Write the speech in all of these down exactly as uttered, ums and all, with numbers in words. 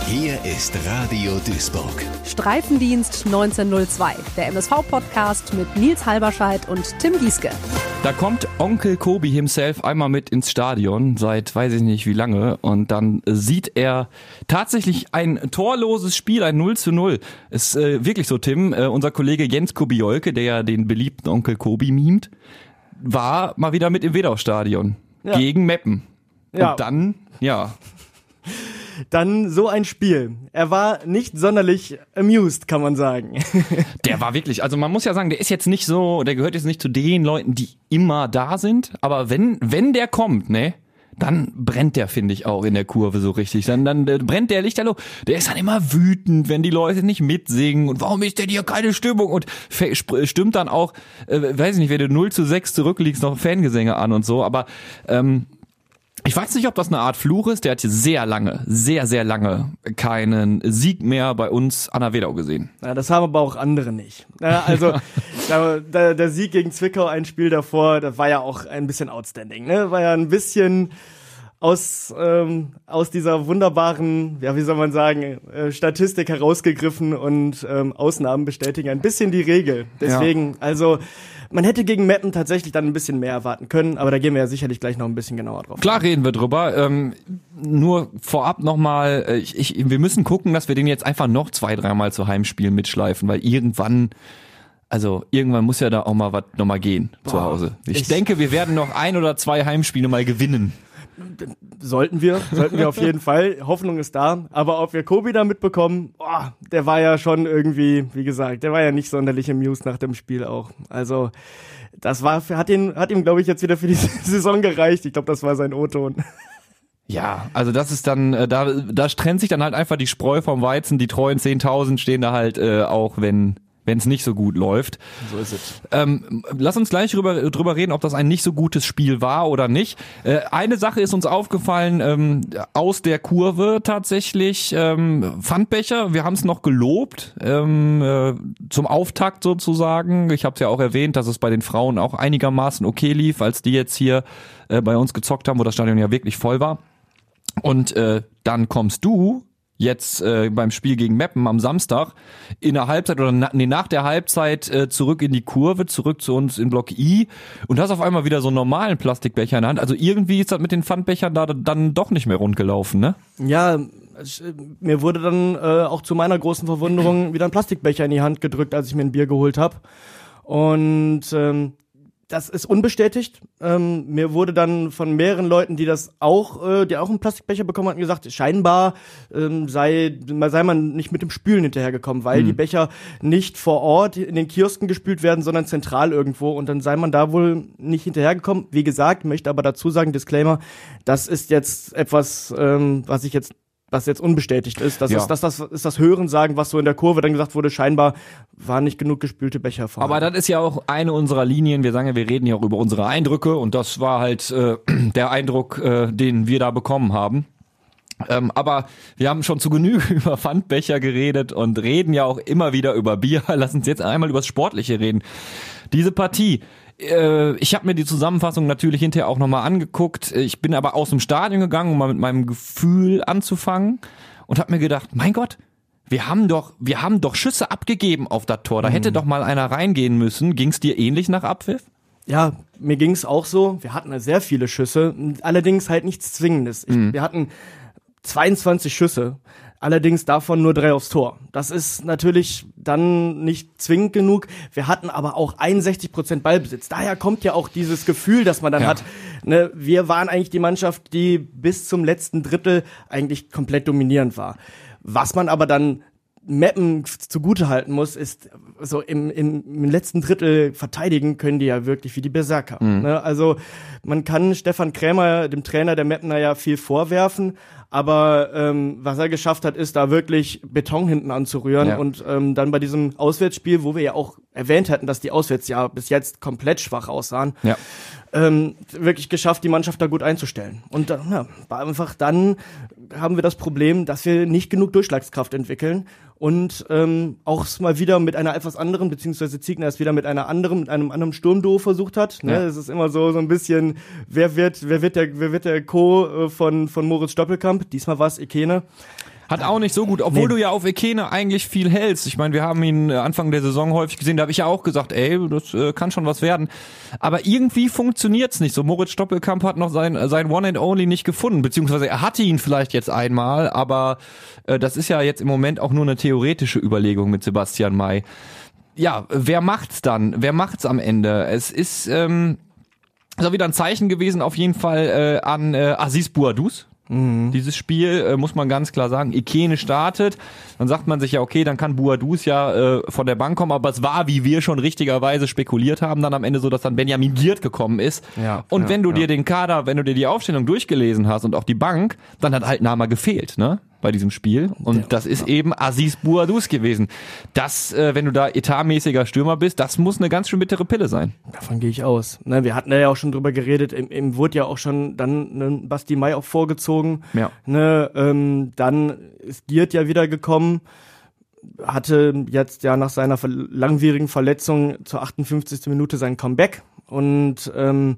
Hier ist Radio Duisburg. Streifendienst neunzehnhundertzwei, der M S V-Podcast mit Nils Halberscheid und Tim Gieske. Da kommt Onkel Kobi himself einmal mit ins Stadion, seit weiß ich nicht wie lange, und dann sieht er tatsächlich ein torloses Spiel, ein null zu null. Ist äh, wirklich so, Tim. Äh, unser Kollege Jens Kobiolke, der ja den beliebten Onkel Kobi mimt, war mal wieder mit im Wedau-Stadion ja. gegen Meppen. Ja. Und dann, ja... Dann so ein Spiel. Er war nicht sonderlich amused, kann man sagen. Der war wirklich, also man muss ja sagen, der ist jetzt nicht so, der gehört jetzt nicht zu den Leuten, die immer da sind, aber wenn wenn der kommt, ne, dann brennt der, finde ich, auch in der Kurve so richtig. Dann, dann äh, brennt der Lichterloh. Der ist dann immer wütend, wenn die Leute nicht mitsingen. Und warum ist denn hier keine Stimmung? Und f- stimmt dann auch, äh, weiß ich nicht, wenn du null zu sechs zurückliegst, noch Fangesänge an und so. Aber ähm, ich weiß nicht, ob das eine Art Fluch ist. Der hat hier sehr lange, sehr, sehr lange keinen Sieg mehr bei uns an der Wedau gesehen. Ja, das haben aber auch andere nicht. Ja, also da, da, der Sieg gegen Zwickau, ein Spiel davor, das war ja auch ein bisschen outstanding. Ne? War ja ein bisschen aus ähm, aus dieser wunderbaren, ja wie soll man sagen, äh, Statistik herausgegriffen und ähm, Ausnahmen bestätigen ein bisschen die Regel. Deswegen, ja. also man hätte gegen Meppen tatsächlich dann ein bisschen mehr erwarten können, aber da gehen wir ja sicherlich gleich noch ein bisschen genauer drauf. Klar reden wir drüber. Ähm, nur vorab nochmal, ich, ich, wir müssen gucken, dass wir den jetzt einfach noch zwei, dreimal zu Heimspielen mitschleifen, weil irgendwann, also irgendwann muss ja da auch mal was nochmal gehen Boah, zu Hause. Ich, ich denke, wir werden noch ein oder zwei Heimspiele mal gewinnen. Sollten wir, sollten wir auf jeden Fall. Hoffnung ist da. Aber ob wir Kobi da mitbekommen, boah, der war ja schon irgendwie, wie gesagt, der war ja nicht sonderlich amused nach dem Spiel auch. Also das war, hat ihn, hat ihm, glaube ich, jetzt wieder für die Saison gereicht. Ich glaube, das war sein O-Ton. Ja, also das ist dann, äh, da, da trennt sich dann halt einfach die Spreu vom Weizen. Die treuen zehntausend stehen da halt äh, auch, wenn wenn es nicht so gut läuft. So ist es. Ähm, lass uns gleich drüber, drüber reden, ob das ein nicht so gutes Spiel war oder nicht. Äh, eine Sache ist uns aufgefallen, ähm, aus der Kurve tatsächlich, ähm, Pfandbecher, wir haben es noch gelobt, ähm, äh, zum Auftakt sozusagen. Ich habe es ja auch erwähnt, dass es bei den Frauen auch einigermaßen okay lief, als die jetzt hier äh, bei uns gezockt haben, wo das Stadion ja wirklich voll war. Und äh, dann kommst du jetzt äh, beim Spiel gegen Meppen am Samstag in der Halbzeit oder na, nee, nach der Halbzeit äh, zurück in die Kurve, zurück zu uns in Block I und hast auf einmal wieder so einen normalen Plastikbecher in der Hand. Also irgendwie ist das mit den Pfandbechern da dann doch nicht mehr rund gelaufen, ne? Ja, ich, mir wurde dann äh, auch zu meiner großen Verwunderung wieder ein Plastikbecher in die Hand gedrückt, als ich mir ein Bier geholt habe. Und ähm, das ist unbestätigt. Ähm, mir wurde dann von mehreren Leuten, die das auch, äh, die auch einen Plastikbecher bekommen hatten, gesagt, scheinbar ähm, sei, sei man nicht mit dem Spülen hinterhergekommen, weil mhm. die Becher nicht vor Ort in den Kiosken gespült werden, sondern zentral irgendwo. Und dann sei man da wohl nicht hinterhergekommen. Wie gesagt, möchte aber dazu sagen, Disclaimer, das ist jetzt etwas, ähm, was ich jetzt was jetzt unbestätigt ist. Das, ja. ist, das, das ist das Hörensagen, was so in der Kurve dann gesagt wurde, scheinbar waren nicht genug gespülte Becher vorhanden. Aber das ist ja auch eine unserer Linien. Wir sagen ja, wir reden ja auch über unsere Eindrücke und das war halt äh, der Eindruck, äh, den wir da bekommen haben. Ähm, aber wir haben schon zu Genüge über Pfandbecher geredet und reden ja auch immer wieder über Bier. Lass uns jetzt einmal über das Sportliche reden. Diese Partie, ich habe mir die Zusammenfassung natürlich hinterher auch nochmal angeguckt. Ich bin aber aus dem Stadion gegangen, um mal mit meinem Gefühl anzufangen und habe mir gedacht, mein Gott, wir haben doch, wir haben doch Schüsse abgegeben auf das Tor. Da hätte mhm. doch mal einer reingehen müssen. Ging's dir ähnlich nach Abpfiff? Ja, mir ging's auch so. Wir hatten sehr viele Schüsse, allerdings halt nichts Zwingendes. Ich, mhm. Wir hatten zweiundzwanzig Schüsse. Allerdings davon nur drei aufs Tor. Das ist natürlich dann nicht zwingend genug. Wir hatten aber auch einundsechzig Prozent Ballbesitz. Daher kommt ja auch dieses Gefühl, dass man dann ja. hat, ne, wir waren eigentlich die Mannschaft, die bis zum letzten Drittel eigentlich komplett dominierend war. Was man aber dann Meppen zugutehalten muss, ist so im, im, im letzten Drittel verteidigen können die ja wirklich wie die Berserker. Mhm. Ne? Also man kann Stefan Krämer, dem Trainer der Meppener, ja viel vorwerfen, aber ähm, was er geschafft hat, ist da wirklich Beton hinten anzurühren ja. und ähm, dann bei diesem Auswärtsspiel, wo wir ja auch erwähnt hatten, dass die Auswärts ja bis jetzt komplett schwach aussahen, ja. ähm, wirklich geschafft, die Mannschaft da gut einzustellen. Und ja, einfach dann haben wir das Problem, dass wir nicht genug Durchschlagskraft entwickeln und ähm, auch mal wieder mit einer etwas anderen, beziehungsweise Ziegner es wieder mit einer anderen, mit einem anderen Sturmduo versucht hat. Ne? Ja. Es ist immer so so ein bisschen, wer wird, wer wird der, wer wird der Co. von von Moritz Stoppelkamp? Diesmal war es Ekene. Hat auch nicht so gut, obwohl Nee. du ja auf Ekene eigentlich viel hältst. Ich meine, wir haben ihn Anfang der Saison häufig gesehen, da habe ich ja auch gesagt, ey, das äh, kann schon was werden. Aber irgendwie funktioniert's nicht so. Moritz Stoppelkamp hat noch sein, sein One and Only nicht gefunden, beziehungsweise er hatte ihn vielleicht jetzt einmal, aber äh, das ist ja jetzt im Moment auch nur eine theoretische Überlegung mit Sebastian May. Ja, wer macht's dann? Wer macht's am Ende? Es ist, ähm, ist auch wieder ein Zeichen gewesen auf jeden Fall äh, an äh, Aziz Bouadouz. Mhm. Dieses Spiel, äh, muss man ganz klar sagen, Ekene startet, dann sagt man sich ja, okay, dann kann Bouadouz ja äh, von der Bank kommen, aber es war, wie wir schon richtigerweise spekuliert haben, dann am Ende so, dass dann Benjamin Giert gekommen ist. Ja, und ja, wenn du ja. dir den Kader, wenn du dir die Aufstellung durchgelesen hast und auch die Bank, dann hat halt Nama gefehlt, ne? Bei diesem Spiel. Und Ja, das ist eben Aziz Bouadouz gewesen. Das, äh, wenn du da etatmäßiger Stürmer bist, das muss eine ganz schön bittere Pille sein. Davon gehe ich aus. Ne, wir hatten ja auch schon drüber geredet, ihm, ihm wurde ja auch schon dann ne, Basti May auch vorgezogen. Ja. Ne, ähm, dann ist Giert ja wieder gekommen, hatte jetzt ja nach seiner ver- langwierigen Verletzung zur achtundfünfzigsten Minute sein Comeback. Und ähm,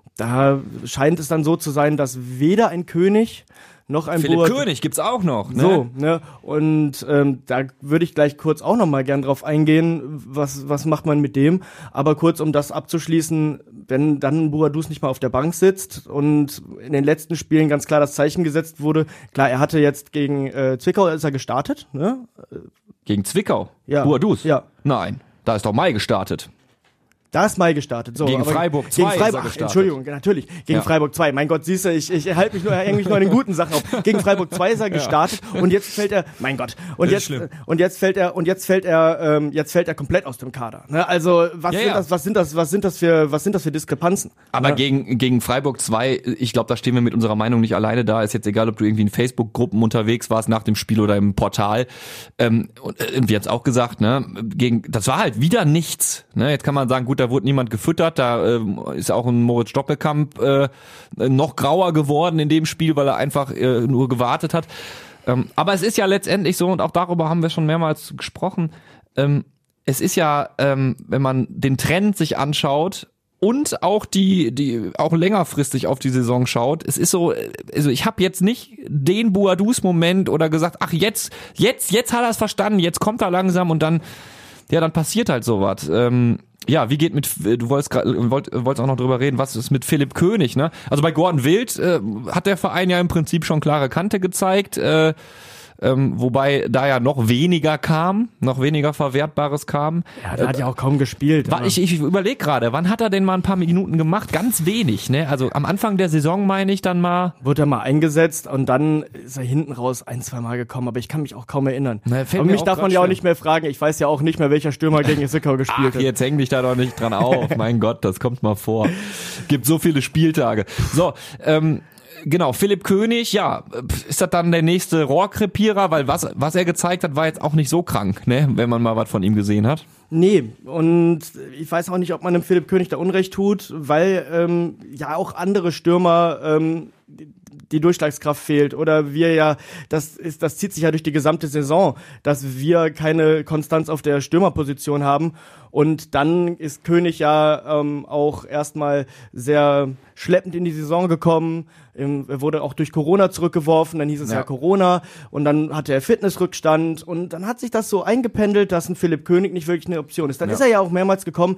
da scheint es dann so zu sein, dass weder ein König noch ein Philipp Bouadouz- König gibt's auch noch, ne? So, ne? Und ähm, da würde ich gleich kurz auch noch mal gern drauf eingehen, was was macht man mit dem. Aber kurz, um das abzuschließen, wenn dann Bouadouz nicht mal auf der Bank sitzt und in den letzten Spielen ganz klar das Zeichen gesetzt wurde, klar, er hatte jetzt gegen äh, Zwickau, ist er gestartet, ne? Gegen Zwickau. Ja. Bouadouz. Ja. Nein, da ist doch Mai gestartet. Da ist Mai gestartet. So, Gegen aber Freiburg zwei Gegen ist er Freiburg, ach, gestartet. Entschuldigung, natürlich. Gegen Ja. Freiburg zwei. Mein Gott, siehst du, ich, ich halte mich nur, häng mich nur an den guten Sachen auf. Gegen Freiburg zwei ist er gestartet und jetzt fällt er, mein Gott, und Das ist jetzt, schlimm. und jetzt fällt er, und jetzt fällt er, ähm, jetzt fällt er komplett aus dem Kader. Ne? Also, was Ja, sind ja. das, was sind das, was sind das für, was sind das für Diskrepanzen? Aber Ne? gegen, gegen Freiburg zwei, ich glaube, da stehen wir mit unserer Meinung nicht alleine da. Ist jetzt egal, ob du irgendwie in Facebook-Gruppen unterwegs warst nach dem Spiel oder im Portal. Ähm, und äh, wir haben es auch gesagt, ne, gegen, das war halt wieder nichts. Ne? Jetzt kann man sagen, gut, da wurde niemand gefüttert, da ähm, ist auch ein Moritz Stoppelkamp äh, noch grauer geworden in dem Spiel, weil er einfach äh, nur gewartet hat. Ähm, aber es ist ja letztendlich so, und auch darüber haben wir schon mehrmals gesprochen, ähm, es ist ja, ähm, wenn man den Trend sich anschaut und auch die, die auch längerfristig auf die Saison schaut, es ist so, also ich habe jetzt nicht den Bouadouz-Moment oder gesagt, ach jetzt, jetzt, jetzt hat er es verstanden, jetzt kommt er langsam und dann, ja, dann passiert halt sowas. Ähm, ja, wie geht mit, du wolltest gerade, wollt, wolltest auch noch drüber reden, was ist mit Philipp König, ne? Also bei Gordon Wild äh, hat der Verein ja im Prinzip schon klare Kante gezeigt, äh, ähm, wobei da ja noch weniger kam, noch weniger Verwertbares kam. Ja, der hat ja auch kaum gespielt. War, aber- ich ich überlege gerade, wann hat er denn mal ein paar Minuten gemacht? Ganz wenig, ne? Also am Anfang der Saison meine ich dann mal. Wurde er mal eingesetzt und dann ist er hinten raus ein, zwei Mal gekommen, aber ich kann mich auch kaum erinnern. Na, fällt aber mir mich auch darf man grad ja auch schwer. nicht mehr fragen. Ich weiß ja auch nicht mehr, welcher Stürmer gegen Zwickau gespielt Ach, hat. jetzt häng dich da doch nicht dran auf. Mein Gott, das kommt mal vor. Gibt so viele Spieltage. So, ähm, genau, Philipp König, ja, ist das dann der nächste Rohrkrepierer? Weil was, was er gezeigt hat, war jetzt auch nicht so krank, ne? Wenn man mal was von ihm gesehen hat. Nee, und ich weiß auch nicht, ob man dem Philipp König da Unrecht tut, weil ähm, ja auch andere Stürmer ähm, die, die Durchschlagskraft fehlt oder wir ja, das ist, das zieht sich ja durch die gesamte Saison, dass wir keine Konstanz auf der Stürmerposition haben und dann ist König ja ähm, auch erstmal sehr schleppend in die Saison gekommen, ähm, er wurde auch durch Corona zurückgeworfen, dann hieß es ja, Ja. Corona und dann hatte er Fitnessrückstand und dann hat sich das so eingependelt, dass ein Philipp König nicht wirklich eine Option ist. Dann Ja. ist er ja auch mehrmals gekommen.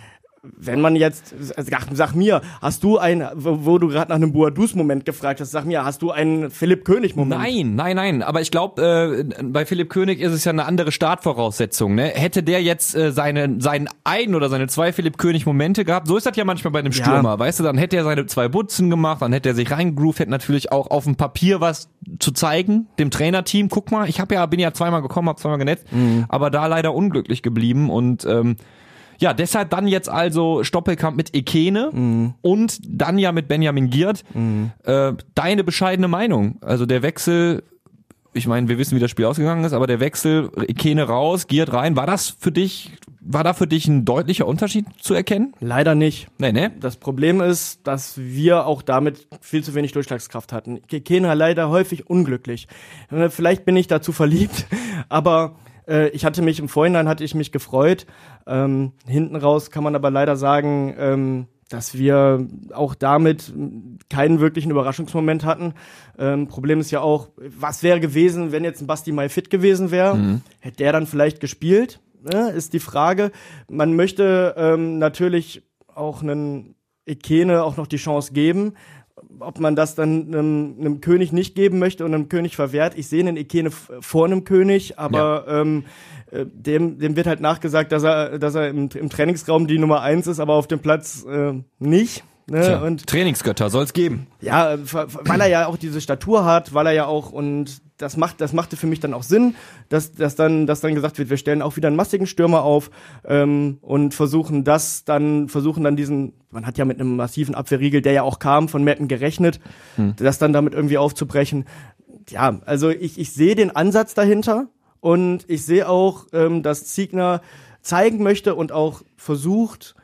Wenn man jetzt, sag, sag mir, hast du ein, wo, wo du gerade nach einem Bouadouz-Moment gefragt hast, sag mir, hast du einen Philipp König-Moment? Nein, nein, nein. Aber ich glaube, äh, bei Philipp König ist es ja eine andere Startvoraussetzung. Ne? Hätte der jetzt äh, seine, seinen einen oder seine zwei Philipp König-Momente gehabt, so ist das ja manchmal bei einem Ja. Stürmer, weißt du, dann hätte er seine zwei Butzen gemacht, dann hätte er sich reingegroovt, hätte natürlich auch auf dem Papier was zu zeigen, dem Trainerteam. Guck mal, ich hab ja, bin ja zweimal gekommen, hab zweimal genetzt, aber da leider unglücklich geblieben und ähm, ja, deshalb dann jetzt also Stoppelkamp mit Ekene Mhm. und dann ja mit Benjamin Giert. Äh, deine bescheidene Meinung. Also der Wechsel, ich meine, wir wissen, wie das Spiel ausgegangen ist, aber der Wechsel, Ekene raus, Giert rein, war das für dich, war da für dich ein deutlicher Unterschied zu erkennen? Leider nicht. Nee, ne? Das Problem ist, dass wir auch damit viel zu wenig Durchschlagskraft hatten. Kena leider häufig unglücklich. Äh, Vielleicht bin ich dazu verliebt, aber äh, ich hatte mich im Vorhinein hatte ich mich gefreut. Ähm, hinten raus kann man aber leider sagen, ähm, dass wir auch damit keinen wirklichen Überraschungsmoment hatten. Ähm, Problem ist ja auch, was wäre gewesen, wenn jetzt ein Basti Mai fit gewesen wäre? Mhm. Hätte der dann vielleicht gespielt? Ne, ist die Frage. Man möchte ähm, natürlich auch einen Ekene auch noch die Chance geben. Ob man das dann einem, einem König nicht geben möchte und einem König verwehrt. Ich sehe einen Ekene f- vor einem König, aber ja. ähm, dem, dem wird halt nachgesagt, dass er, dass er im, im Trainingsraum die Nummer eins ist, aber auf dem Platz äh, nicht. Ne? Tja, und Trainingsgötter soll's geben. Ja, weil er ja auch diese Statur hat, weil er ja auch, und das macht, das machte für mich dann auch Sinn, dass, dass dann, dass dann gesagt wird, wir stellen auch wieder einen massigen Stürmer auf ähm, und versuchen das dann, versuchen dann diesen, man hat ja mit einem massiven Abwehrriegel, der ja auch kam, von Meppen gerechnet, hm. das dann damit irgendwie aufzubrechen. Ja, also ich, ich sehe den Ansatz dahinter und ich sehe auch, ähm, dass Ziegner zeigen möchte und auch versucht,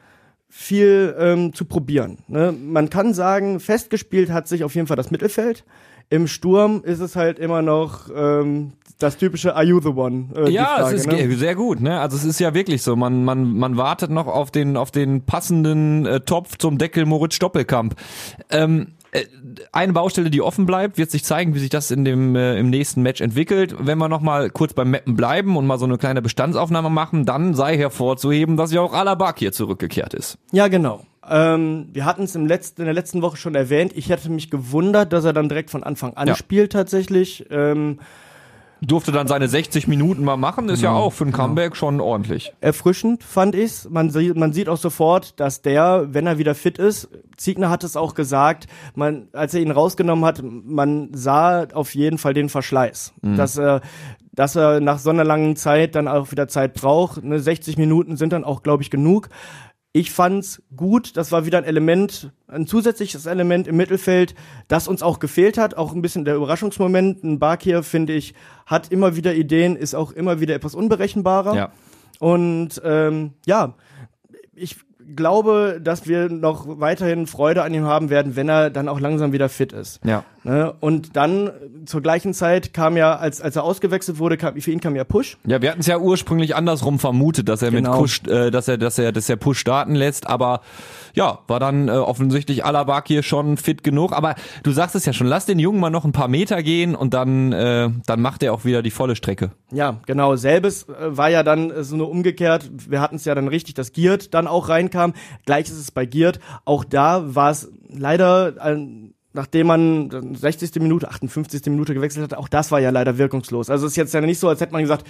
viel ähm, zu probieren. Ne? Man kann sagen, festgespielt hat sich auf jeden Fall das Mittelfeld. Im Sturm ist es halt immer noch ähm, das typische Are you the one? Äh, ja, Frage, es ist ne? sehr gut, ne? Also es ist ja wirklich so, man man man wartet noch auf den auf den passenden äh, Topf zum Deckel Moritz Stoppelkamp. Ähm, Eine Baustelle, die offen bleibt, wird sich zeigen, wie sich das in dem äh, im nächsten Match entwickelt. Wenn wir noch mal kurz beim Mappen bleiben und mal so eine kleine Bestandsaufnahme machen, dann sei hervorzuheben, dass ja auch Alabak hier zurückgekehrt ist. Ja, genau. Ähm, wir hatten es im letzten, in der letzten Woche schon erwähnt. Ich hätte mich gewundert, dass er dann direkt von Anfang an ja. spielt tatsächlich. Ähm, Durfte dann seine sechzig Minuten mal machen, ist genau. ja auch für ein Comeback schon ordentlich. Erfrischend fand ich's. Man, sie- man sieht auch sofort, dass der, wenn er wieder fit ist, Ziegner hat es auch gesagt, man, als er ihn rausgenommen hat, man sah auf jeden Fall den Verschleiß. Mhm. Dass er, dass er nach so einer langen Zeit dann auch wieder Zeit braucht. Ne, sechzig Minuten sind dann auch, glaube ich, genug. Ich fand's gut, das war wieder ein Element, ein zusätzliches Element im Mittelfeld, das uns auch gefehlt hat, auch ein bisschen der Überraschungsmoment. Ein Bakir, finde ich, hat immer wieder Ideen, ist auch immer wieder etwas unberechenbarer. Ja. Und ähm, ja, ich glaube, dass wir noch weiterhin Freude an ihm haben werden, wenn er dann auch langsam wieder fit ist. Ja. Ne? Und dann zur gleichen Zeit kam ja, als als er ausgewechselt wurde, kam, für ihn kam ja Push. Ja, wir hatten es ja ursprünglich andersrum vermutet, dass er Genau. mit Push, äh, dass er, dass er, dass er Push starten lässt, aber ja, war dann äh, offensichtlich Alabak hier schon fit genug. Aber du sagst es ja schon, lass den Jungen mal noch ein paar Meter gehen und dann, äh, dann macht er auch wieder die volle Strecke. Ja, genau. Selbes äh, war ja dann äh, so nur umgekehrt. Wir hatten es ja dann richtig, dass Giert dann auch reinkam. Gleich ist es bei Giert. Auch da war es leider, äh, nachdem man sechzigste Minute, achtundfünfzigste Minute gewechselt hat, auch das war ja leider wirkungslos. Also es ist jetzt ja nicht so, als hätte man gesagt,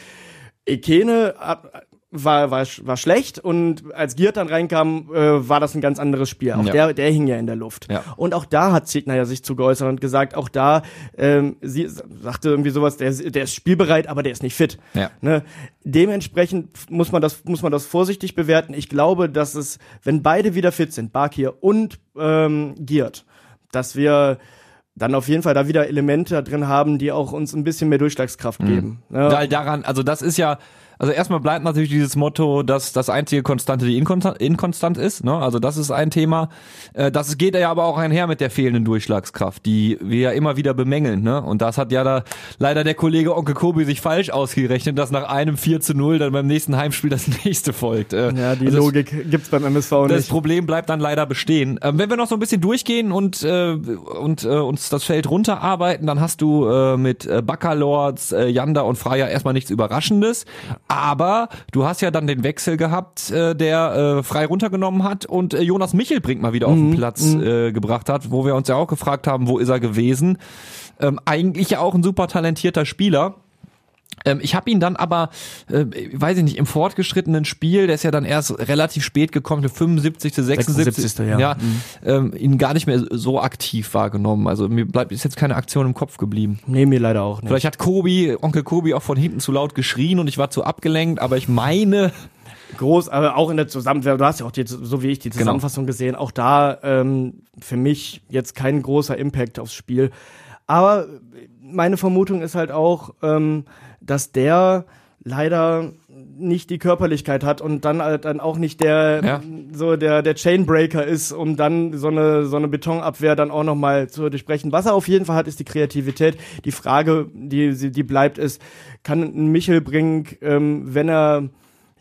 Ekene äh, war, war, war schlecht und als Giert dann reinkam, äh, war das ein ganz anderes Spiel. Auch Ja. der, der hing ja in der Luft. Ja. Und auch da hat Ziegner ja sich zu geäußert und gesagt, auch da, ähm, sie sagte irgendwie sowas, der, der ist spielbereit, aber der ist nicht fit. Ja. Ne? Dementsprechend muss man das, muss man das vorsichtig bewerten. Ich glaube, dass es, wenn beide wieder fit sind, Bakir und ähm, Giert, dass wir dann auf jeden Fall da wieder Elemente drin haben, die auch uns ein bisschen mehr Durchschlagskraft geben. Mhm. Ja. Weil daran, also das ist ja, also erstmal bleibt natürlich dieses Motto, dass das einzige Konstante die Inkonstant, inkonstant ist, ne? Also das ist ein Thema. Äh, das geht ja aber auch einher mit der fehlenden Durchschlagskraft, die wir ja immer wieder bemängeln, ne? Und das hat ja da leider der Kollege Onkel Kobi sich falsch ausgerechnet, dass nach einem vier zu null dann beim nächsten Heimspiel das nächste folgt. Äh, ja, die also Logik gibt's beim M S V das nicht. Problem bleibt dann leider bestehen. Ähm, wenn wir noch so ein bisschen durchgehen und äh, und äh, uns das Feld runterarbeiten, dann hast du äh, mit äh, Baccalords, äh, Janda und Freier erstmal nichts Überraschendes, aber du hast ja dann den Wechsel gehabt, äh, der äh, Frei runtergenommen hat und äh, Jonas Michelbrink mal wieder auf den Platz äh, gebracht hat, wo wir uns ja auch gefragt haben, wo ist er gewesen? Ähm, eigentlich ja auch ein super talentierter Spieler. Ähm, ich habe ihn dann aber, äh, weiß ich nicht, im fortgeschrittenen Spiel, der ist ja dann erst relativ spät gekommen, der fünfundsiebzigste, sechsundsiebzigste sechsundsiebzigste ja, ja ähm, ihn gar nicht mehr so aktiv wahrgenommen. Also mir bleibt ist jetzt keine Aktion im Kopf geblieben. Nee, mir leider auch nicht. Vielleicht hat Kobi, Onkel Kobi auch von hinten zu laut geschrien und ich war zu abgelenkt, aber ich meine... Groß, aber auch in der Zusammenfassung, du hast ja auch die, so wie ich die Zusammenfassung genau. gesehen, auch da ähm, für mich jetzt kein großer Impact aufs Spiel. Aber meine Vermutung ist halt auch, ähm, dass der leider nicht die Körperlichkeit hat und dann halt dann auch nicht der Ja. so der der Chainbreaker ist, um dann so eine so eine Betonabwehr dann auch noch mal zu durchbrechen. Was er auf jeden Fall hat, ist die Kreativität. Die Frage, die die bleibt, ist, kann ein Michelbrink, ähm, wenn er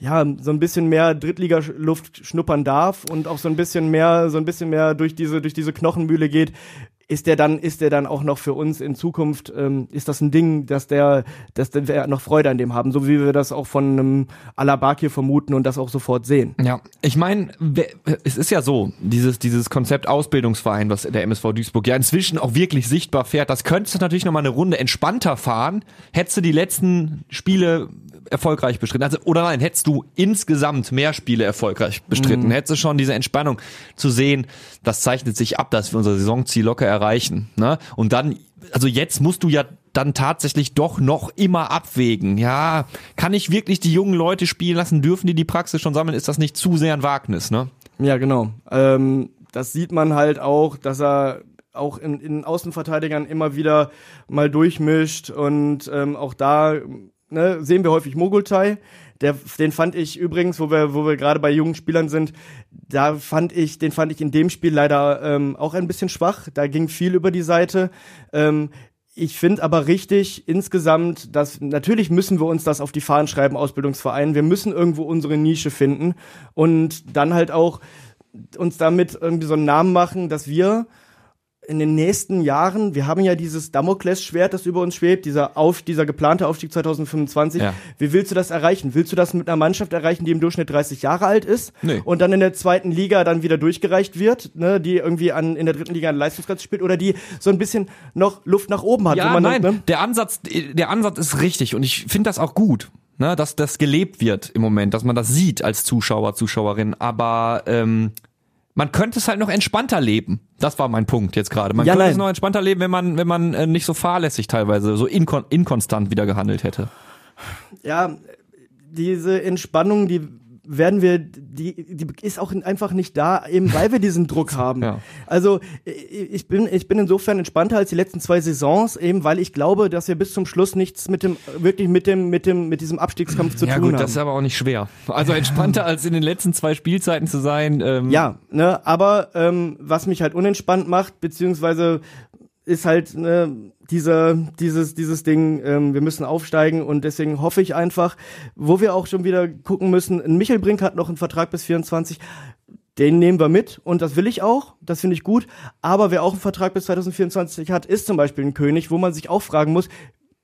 ja, so ein bisschen mehr Drittligaluft schnuppern darf und auch so ein bisschen mehr, so ein bisschen mehr durch diese, durch diese Knochenmühle geht, ist der dann, ist der dann auch noch für uns in Zukunft, ähm, ist das ein Ding, dass der, dass wir noch Freude an dem haben, so wie wir das auch von einem Alabak hier vermuten und das auch sofort sehen. Ja, ich meine, es ist ja so, dieses, dieses Konzept Ausbildungsverein, was der M S V Duisburg ja inzwischen auch wirklich sichtbar fährt, das könntest du natürlich noch mal eine Runde entspannter fahren, hättest du die letzten Spiele erfolgreich bestritten. Also, oder nein, hättest du insgesamt mehr Spiele erfolgreich bestritten, mhm. hättest du schon diese Entspannung zu sehen, das zeichnet sich ab, dass wir unser Saisonziel locker erreichen. Ne? Und dann, also jetzt musst du ja dann tatsächlich doch noch immer abwägen. Ja, kann ich wirklich die jungen Leute spielen lassen? Dürfen die die Praxis schon sammeln? Ist das nicht zu sehr ein Wagnis, ne? Ja, genau. Ähm, das sieht man halt auch, dass er auch in, in Außenverteidigern immer wieder mal durchmischt und ähm, auch da ne, sehen wir häufig Mogultai. Der, den fand ich übrigens, wo wir, wo wir gerade bei jungen Spielern sind, da fand ich, den fand ich in dem Spiel leider ähm, auch ein bisschen schwach. Da ging viel über die Seite. Ähm, ich finde aber richtig insgesamt, dass natürlich müssen wir uns das auf die Fahnen schreiben, Ausbildungsverein. Wir müssen irgendwo unsere Nische finden und dann halt auch uns damit irgendwie so einen Namen machen, dass wir in den nächsten Jahren, wir haben ja dieses Damoklesschwert, das über uns schwebt, dieser Auf, dieser geplante Aufstieg zwanzig fünfundzwanzig. Ja. Wie willst du das erreichen? Willst du das mit einer Mannschaft erreichen, die im Durchschnitt dreißig Jahre alt ist nee. und dann in der zweiten Liga dann wieder durchgereicht wird, ne, die irgendwie an in der dritten Liga einen Leistungsgrad spielt oder die so ein bisschen noch Luft nach oben hat? Ja, wo man nein, dann, ne? der Ansatz, der Ansatz ist richtig und ich finde das auch gut, ne, dass das gelebt wird im Moment, dass man das sieht als Zuschauer, Zuschauerin, aber ähm, man könnte es halt noch entspannter leben. Das war mein Punkt jetzt gerade. Man ja, könnte nein. es noch entspannter leben, wenn man wenn man äh, nicht so fahrlässig teilweise, so inkon- inkonstant wieder gehandelt hätte. Ja, diese Entspannung, die werden wir, die, die ist auch einfach nicht da, eben weil wir diesen Druck haben. Ja. Also ich bin, ich bin insofern entspannter als die letzten zwei Saisons, eben weil ich glaube, dass wir bis zum Schluss nichts mit dem, wirklich mit dem, mit dem, mit diesem Abstiegskampf zu ja, tun gut, haben. Das ist aber auch nicht schwer. Also entspannter als in den letzten zwei Spielzeiten zu sein. Ähm ja, ne, aber ähm, was mich halt unentspannt macht, beziehungsweise ist halt ne, dieser, dieses, dieses Ding, ähm, wir müssen aufsteigen und deswegen hoffe ich einfach, wo wir auch schon wieder gucken müssen, ein Michel Brink hat noch einen Vertrag bis vierundzwanzig, den nehmen wir mit und das will ich auch, das finde ich gut, aber wer auch einen Vertrag bis zwanzig vierundzwanzig hat, ist zum Beispiel ein König, wo man sich auch fragen muss,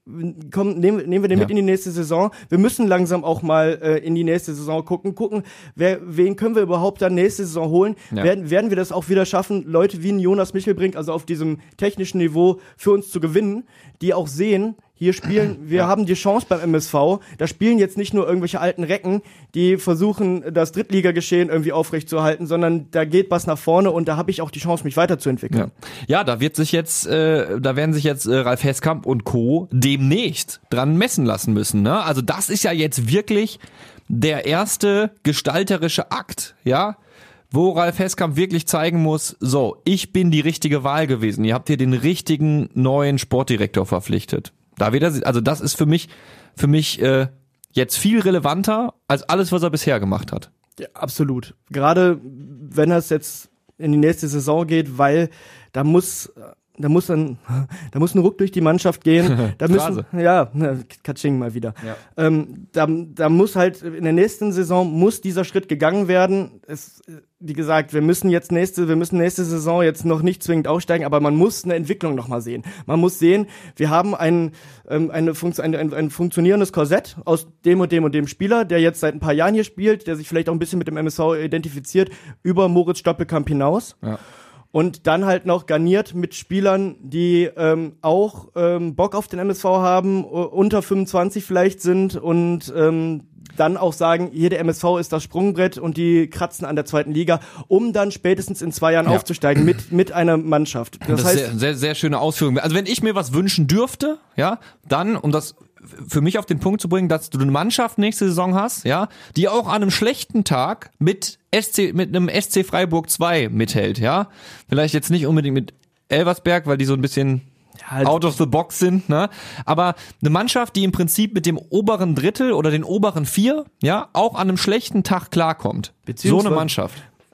komm, nehmen, nehmen wir den ja. mit in die nächste Saison. Wir müssen langsam auch mal äh, in die nächste Saison gucken, gucken, wer, wen können wir überhaupt dann nächste Saison holen. Ja. Werden, werden wir das auch wieder schaffen, Leute wie ein Jonas Michelbrink, also auf diesem technischen Niveau für uns zu gewinnen, die auch sehen, hier spielen, wir ja. haben die Chance beim M S V, da spielen jetzt nicht nur irgendwelche alten Recken, die versuchen, das Drittligageschehen irgendwie aufrechtzuerhalten, sondern da geht was nach vorne und da habe ich auch die Chance, mich weiterzuentwickeln. Ja, ja da wird sich jetzt, äh, da werden sich jetzt äh, Ralf Heskamp und Co. demnächst dran messen lassen müssen. Ne? Also das ist ja jetzt wirklich der erste gestalterische Akt, ja, wo Ralf Heskamp wirklich zeigen muss, so, ich bin die richtige Wahl gewesen. Ihr habt hier den richtigen neuen Sportdirektor verpflichtet. Da wieder, also das ist für mich, für mich äh, jetzt viel relevanter als alles, was er bisher gemacht hat. Ja, absolut. Gerade wenn es jetzt in die nächste Saison geht, weil da muss, da muss dann, da muss ein Ruck durch die Mannschaft gehen. Da müssen, ja, Katsching mal wieder. Ja. Ähm, da, da muss halt in der nächsten Saison muss dieser Schritt gegangen werden. Es, wie gesagt, wir müssen jetzt nächste, wir müssen nächste Saison jetzt noch nicht zwingend aufsteigen, aber man muss eine Entwicklung noch mal sehen. Man muss sehen, wir haben ein, ähm, eine Funkt, ein, ein, ein funktionierendes Korsett aus dem und dem und dem Spieler, der jetzt seit ein paar Jahren hier spielt, der sich vielleicht auch ein bisschen mit dem M S V identifiziert, über Moritz Stoppelkamp hinaus. Ja. Und dann halt noch garniert mit Spielern, die ähm, auch ähm, Bock auf den M S V haben, unter fünfundzwanzig vielleicht sind und ähm, dann auch sagen, hier der M S V ist das Sprungbrett und die kratzen an der zweiten Liga, um dann spätestens in zwei Jahren ja. aufzusteigen mit mit einer Mannschaft. Das, das heißt, sehr, sehr, sehr schöne Ausführung. Also wenn ich mir was wünschen dürfte, ja, dann, um das für mich auf den Punkt zu bringen, dass du eine Mannschaft nächste Saison hast, ja, die auch an einem schlechten Tag mit S C, mit einem S C Freiburg zwei mithält, ja. Vielleicht jetzt nicht unbedingt mit Elversberg, weil die so ein bisschen ja, out of the box sind, ne? Aber eine Mannschaft, die im Prinzip mit dem oberen Drittel oder den oberen vier, ja, auch an einem schlechten Tag klarkommt. So eine Mannschaft.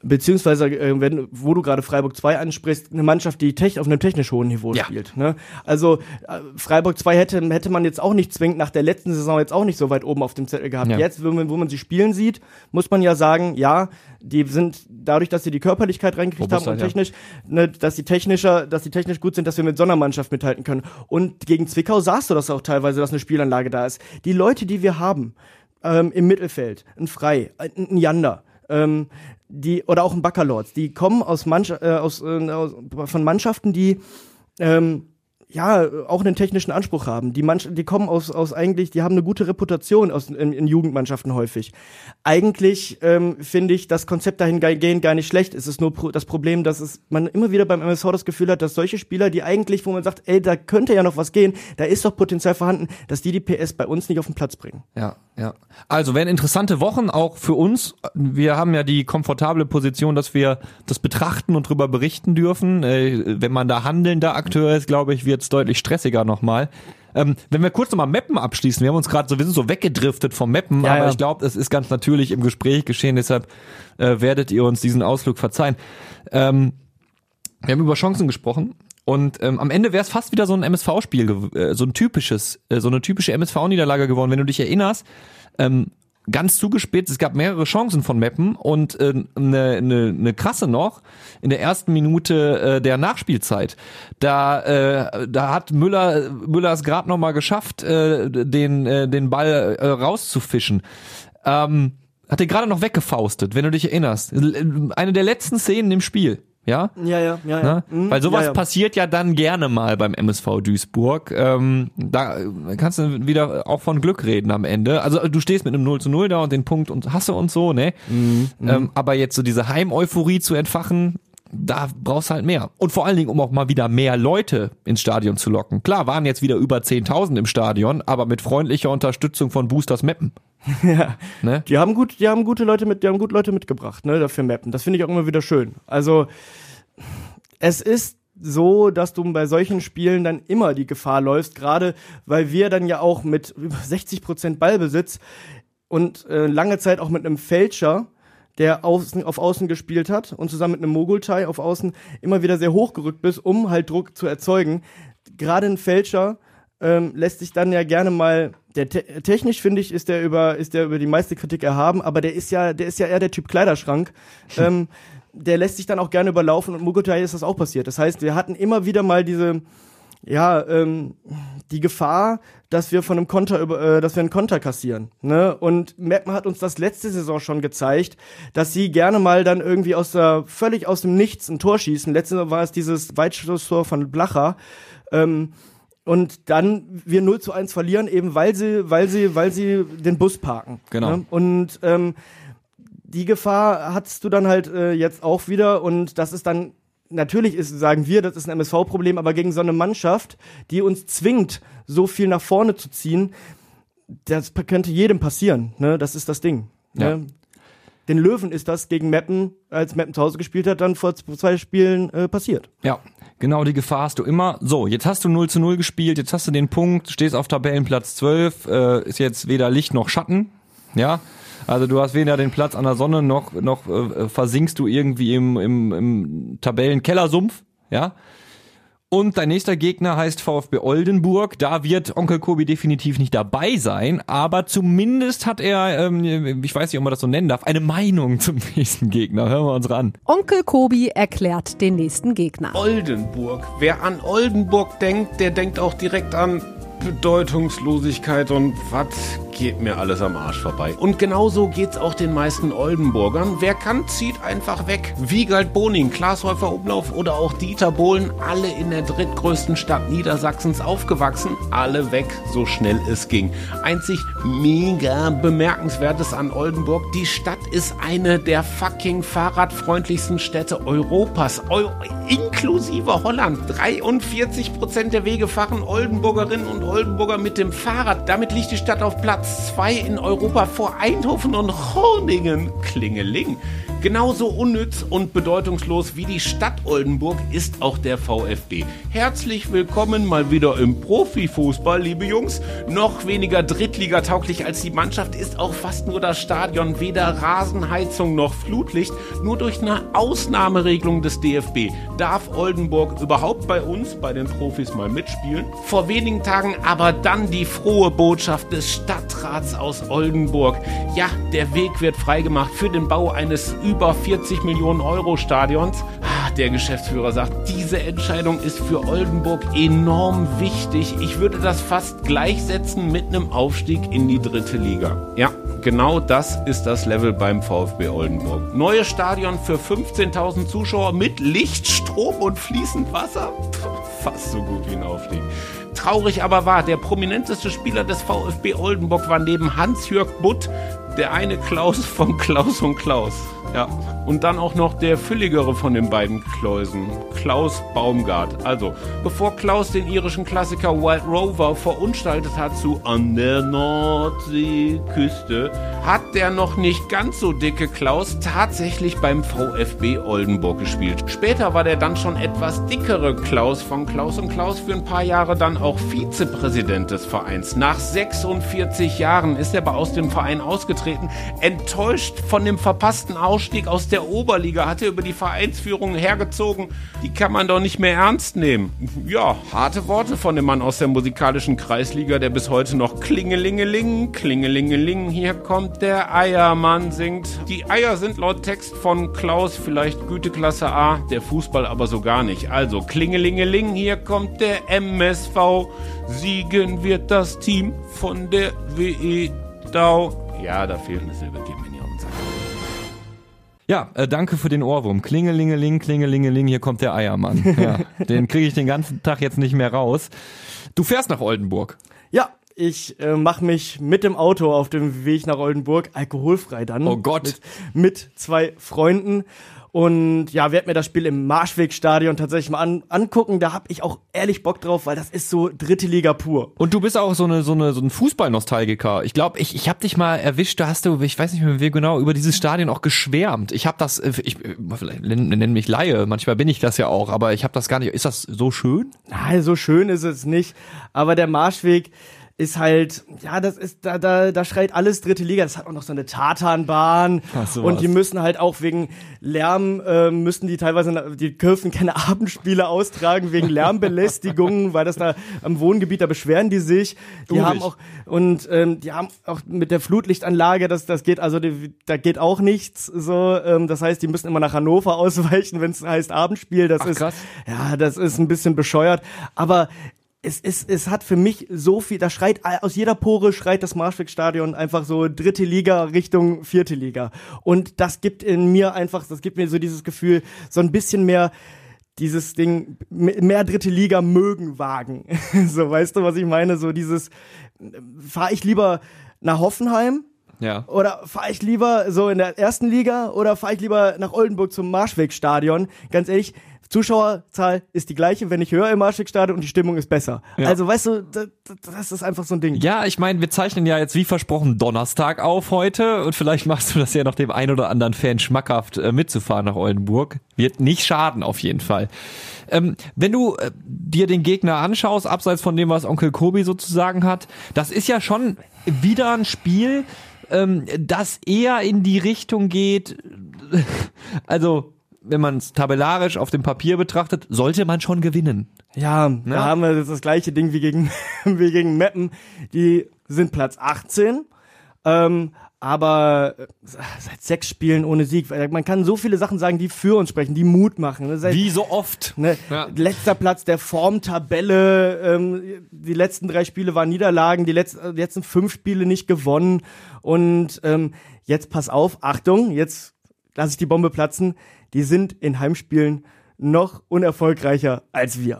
beziehungsweise äh, wenn, wo du gerade Freiburg zwei ansprichst, eine Mannschaft, die tech, auf einem technisch hohen Niveau ja. spielt. Ne? Also äh, Freiburg zwei hätte, hätte man jetzt auch nicht zwingend nach der letzten Saison jetzt auch nicht so weit oben auf dem Zettel gehabt. Ja. Jetzt, wo man, wo man sie spielen sieht, muss man ja sagen, ja, die sind dadurch, dass sie die Körperlichkeit reingekriegt haben und technisch, ja. ne, dass die technischer, dass die technisch gut sind, dass wir mit so einer Mannschaft mithalten können. Und gegen Zwickau sahst du das auch teilweise, dass eine Spielanlage da ist. Die Leute, die wir haben ähm, im Mittelfeld, ein Frei, ein Janda, ähm, die oder auch ein Baccalords, die kommen aus, Mannsch- äh, aus, äh, aus von Mannschaften, die ähm, ja auch einen technischen Anspruch haben. Die Mannschaft, die kommen aus aus eigentlich, die haben eine gute Reputation aus in, in Jugendmannschaften häufig. Eigentlich ähm, finde ich das Konzept dahingehend gar nicht schlecht. Es ist nur pro- das Problem, dass es man immer wieder beim M S V das Gefühl hat, dass solche Spieler, die eigentlich, wo man sagt, ey, da könnte ja noch was gehen, da ist doch Potenzial vorhanden, dass die die P S bei uns nicht auf den Platz bringen. Ja, ja. Also werden interessante Wochen auch für uns. Wir haben ja die komfortable Position, dass wir das betrachten und drüber berichten dürfen. Äh, wenn man da handelnder Akteur ist, glaube ich, wird es deutlich stressiger nochmal. Ähm, wenn wir kurz nochmal Meppen abschließen, wir haben uns gerade so, wir sind so weggedriftet vom Meppen, ja, aber ja. ich glaube, es ist ganz natürlich im Gespräch geschehen, deshalb äh, werdet ihr uns diesen Ausflug verzeihen. Ähm, wir haben über Chancen gesprochen. Und ähm, am Ende wäre es fast wieder so ein M S V-Spiel, gew- äh, so ein typisches, äh, so eine typische M S V-Niederlage geworden. Wenn du dich erinnerst, ähm, ganz zugespitzt, es gab mehrere Chancen von Meppen und eine äh, ne, ne, ne krasse noch in der ersten Minute äh, der Nachspielzeit. Da äh, da hat Müller Müller es gerade noch mal geschafft, äh, den äh, den Ball äh, rauszufischen. Ähm, hat er gerade noch weggefaustet, wenn du dich erinnerst. Eine der letzten Szenen im Spiel. Ja? Ja, ja, ja. ja. Ne? Mhm. Weil sowas ja, ja. passiert ja dann gerne mal beim M S V Duisburg. Ähm, da kannst du wieder auch von Glück reden am Ende. Also du stehst mit einem null zu null da und den Punkt und Hasse und so, ne? Mhm. Ähm, aber jetzt so diese Heim-Euphorie zu entfachen, da brauchst du halt mehr. Und vor allen Dingen, um auch mal wieder mehr Leute ins Stadion zu locken. Klar, waren jetzt wieder über zehntausend im Stadion, aber mit freundlicher Unterstützung von Boosters Meppen. Ja, Ne? die haben gut, die haben gute Leute mit, die haben gut Leute mitgebracht, ne, dafür Mappen. Das finde ich auch immer wieder schön. Also es ist so, dass du bei solchen Spielen dann immer die Gefahr läufst, gerade weil wir dann ja auch mit über sechzig Prozent Ballbesitz und äh, lange Zeit auch mit einem Fälscher, der außen, auf Außen gespielt hat und zusammen mit einem Mogultai auf Außen immer wieder sehr hochgerückt bist, um halt Druck zu erzeugen. Gerade ein Fälscher ähm, lässt sich dann ja gerne mal, der te- technisch finde ich, ist der über ist der über die meiste Kritik erhaben, aber der ist ja der ist ja eher der Typ Kleiderschrank. ähm, der lässt sich dann auch gerne überlaufen und Mogultai ist das auch passiert. Das heißt, wir hatten immer wieder mal diese ja, ähm, die Gefahr, dass wir von einem Konter über, äh, dass wir einen Konter kassieren, ne? Und Meppen hat uns das letzte Saison schon gezeigt, dass sie gerne mal dann irgendwie aus der, völlig aus dem Nichts ein Tor schießen. Letzte Saison war es dieses Weitschusstor von Blacher, ähm, und dann wir null zu eins verlieren, eben weil sie, weil sie, weil sie den Bus parken. Genau. Ne? Und, ähm, die Gefahr hattest du dann halt äh, jetzt auch wieder und das ist dann natürlich ist, sagen wir, das ist ein M S V-Problem, aber gegen so eine Mannschaft, die uns zwingt, so viel nach vorne zu ziehen, das könnte jedem passieren, ne? Das ist das Ding. Ja. Ne? Den Löwen ist das gegen Meppen, als Meppen zu Hause gespielt hat, dann vor zwei Spielen äh, passiert. Ja, genau die Gefahr hast du immer. So, jetzt hast du null zu null gespielt, jetzt hast du den Punkt, stehst auf Tabellenplatz zwölf, äh, ist jetzt weder Licht noch Schatten, ja. Also du hast weder den Platz an der Sonne noch noch äh, versinkst du irgendwie im, im, im Tabellenkellersumpf, ja. Und dein nächster Gegner heißt VfB Oldenburg. Da wird Onkel Kobi definitiv nicht dabei sein, aber zumindest hat er, ähm, ich weiß nicht, ob man das so nennen darf, eine Meinung zum nächsten Gegner. Hören wir uns ran. Onkel Kobi erklärt den nächsten Gegner. Oldenburg. Wer an Oldenburg denkt, der denkt auch direkt an Bedeutungslosigkeit und was geht mir alles am Arsch vorbei. Und genauso geht's auch den meisten Oldenburgern. Wer kann, zieht einfach weg. Wiegald Boning, Klaas Häufer Umlauf oder auch Dieter Bohlen, alle in der drittgrößten Stadt Niedersachsens aufgewachsen, alle weg, so schnell es ging. Einzig mega bemerkenswertes an Oldenburg, die Stadt ist eine der fucking fahrradfreundlichsten Städte Europas, Eu- inklusive Holland. dreiundvierzig Prozent der Wege fahren Oldenburgerinnen und Oldenburger mit dem Fahrrad. Damit liegt die Stadt auf Platz zwei in Europa vor Eindhoven und Groningen. Klingeling. Genauso unnütz und bedeutungslos wie die Stadt Oldenburg ist auch der VfB. Herzlich willkommen mal wieder im Profifußball, liebe Jungs. Noch weniger Drittligatauglich als die Mannschaft ist auch fast nur das Stadion. Weder Rasenheizung noch Flutlicht. Nur durch eine Ausnahmeregelung des D F B darf Oldenburg überhaupt bei uns, bei den Profis, mal mitspielen. Vor wenigen Tagen aber dann die frohe Botschaft des Stadtrats aus Oldenburg. Ja, der Weg wird freigemacht für den Bau eines über vierzig Millionen Euro Stadions. Der Geschäftsführer sagt, diese Entscheidung ist für Oldenburg enorm wichtig. Ich würde das fast gleichsetzen mit einem Aufstieg in die dritte Liga. Ja, genau das ist das Level beim VfB Oldenburg. Neues Stadion für fünfzehntausend Zuschauer mit Licht, Strom und fließend Wasser. Puh, fast so gut wie ein Aufstieg. Traurig aber wahr, der prominenteste Spieler des VfB Oldenburg war neben Hans-Jörg Butt der eine Klaus von Klaus und Klaus. Ja, und dann auch noch der fülligere von den beiden Klausen, Klaus Baumgart. Also, bevor Klaus den irischen Klassiker Wild Rover verunstaltet hat zu An der Nordseeküste, hat der noch nicht ganz so dicke Klaus tatsächlich beim VfB Oldenburg gespielt. Später war der dann schon etwas dickere Klaus von Klaus und Klaus für ein paar Jahre dann auch Vizepräsident des Vereins. Nach sechsundvierzig Jahren ist er aber aus dem Verein ausgetreten, enttäuscht von dem verpassten Ausstieg aus der Oberliga, hat er über die Vereinsführung hergezogen. Die kann man doch nicht mehr ernst nehmen. Ja, harte Worte von dem Mann aus der musikalischen Kreisliga, der bis heute noch Klingelingeling, Klingelingeling, hier kommt der Eiermann singt. Die Eier sind laut Text von Klaus vielleicht Güteklasse A, der Fußball aber so gar nicht. Also Klingelingeling, hier kommt der M S V, siegen wird das Team von der W E Dau. Ja, da fehlt eine Silbe, geht mir nicht auf den Sack. Ja, äh, danke für den Ohrwurm. Klingelingeling, Klingelingeling, hier kommt der Eiermann. Ja, den kriege ich den ganzen Tag jetzt nicht mehr raus. Du fährst nach Oldenburg. Ja, ich äh, mache mich mit dem Auto auf dem Weg nach Oldenburg, alkoholfrei dann. Oh Gott. Mit, mit zwei Freunden. Und ja, werd mir das Spiel im Marschwegstadion tatsächlich mal an, angucken. Da hab ich auch ehrlich Bock drauf, weil das ist so dritte Liga pur. Und du bist auch so eine so eine so ein Fußball-Nostalgiker. Ich glaube, ich ich habe dich mal erwischt. Da hast du, ich weiß nicht mehr wie genau, über dieses Stadion auch geschwärmt. Ich habe das, ich nenne mich Laie. Manchmal bin ich das ja auch, aber ich habe das gar nicht. Ist das so schön? Nein, so schön ist es nicht. Aber der Marschweg ist halt, ja, das ist, da, da, da schreit alles dritte Liga. Das hat auch noch so eine Tatanbahn. Ach, so und was. Die müssen halt auch wegen Lärm, äh, müssen die teilweise, die dürfen keine Abendspiele austragen wegen Lärmbelästigung, weil das da am Wohngebiet, da beschweren die sich. Die Urig. haben auch, und, ähm, die haben auch mit der Flutlichtanlage, das, das geht, also, die, da geht auch nichts, so, ähm, das heißt, die müssen immer nach Hannover ausweichen, wenn es heißt Abendspiel. Das Ach, ist, krass. ja, das ist ein bisschen bescheuert. Aber, Es, es, es hat für mich so viel, da schreit, aus jeder Pore schreit das Marschwegstadion einfach so dritte Liga Richtung vierte Liga. Und das gibt in mir einfach, das gibt mir so dieses Gefühl, so ein bisschen mehr dieses Ding, mehr dritte Liga mögen wagen. So, weißt du, was ich meine? So dieses, fahre ich lieber nach Hoffenheim? Ja. Oder fahre ich lieber so in der ersten Liga oder fahre ich lieber nach Oldenburg zum Marschwegstadion? Ganz ehrlich, Zuschauerzahl ist die gleiche, wenn ich höre im Marschwegstadion und die Stimmung ist besser. Ja. Also weißt du, das, das ist einfach so ein Ding. Ja, ich meine, wir zeichnen ja jetzt wie versprochen Donnerstag auf heute und vielleicht machst du das ja noch dem ein oder anderen Fan schmackhaft äh, mitzufahren nach Oldenburg. Wird nicht schaden auf jeden Fall. Ähm, wenn du äh, dir den Gegner anschaust, abseits von dem, was Onkel Kobi sozusagen hat, das ist ja schon wieder ein Spiel, ähm, das eher in die Richtung geht, also wenn man es tabellarisch auf dem Papier betrachtet, sollte man schon gewinnen. Ja, ja, da haben wir jetzt das gleiche Ding wie gegen, wie gegen Meppen. Die sind Platz achtzehn, ähm, aber seit sechs Spielen ohne Sieg. Man kann so viele Sachen sagen, die für uns sprechen, die Mut machen. Seit, wie so oft. Ne, ja. Letzter Platz der Formtabelle, ähm, die letzten drei Spiele waren Niederlagen, die letzten, die letzten fünf Spiele nicht gewonnen. Und ähm, jetzt pass auf, Achtung, jetzt lasse ich die Bombe platzen. Die sind in Heimspielen noch unerfolgreicher als wir.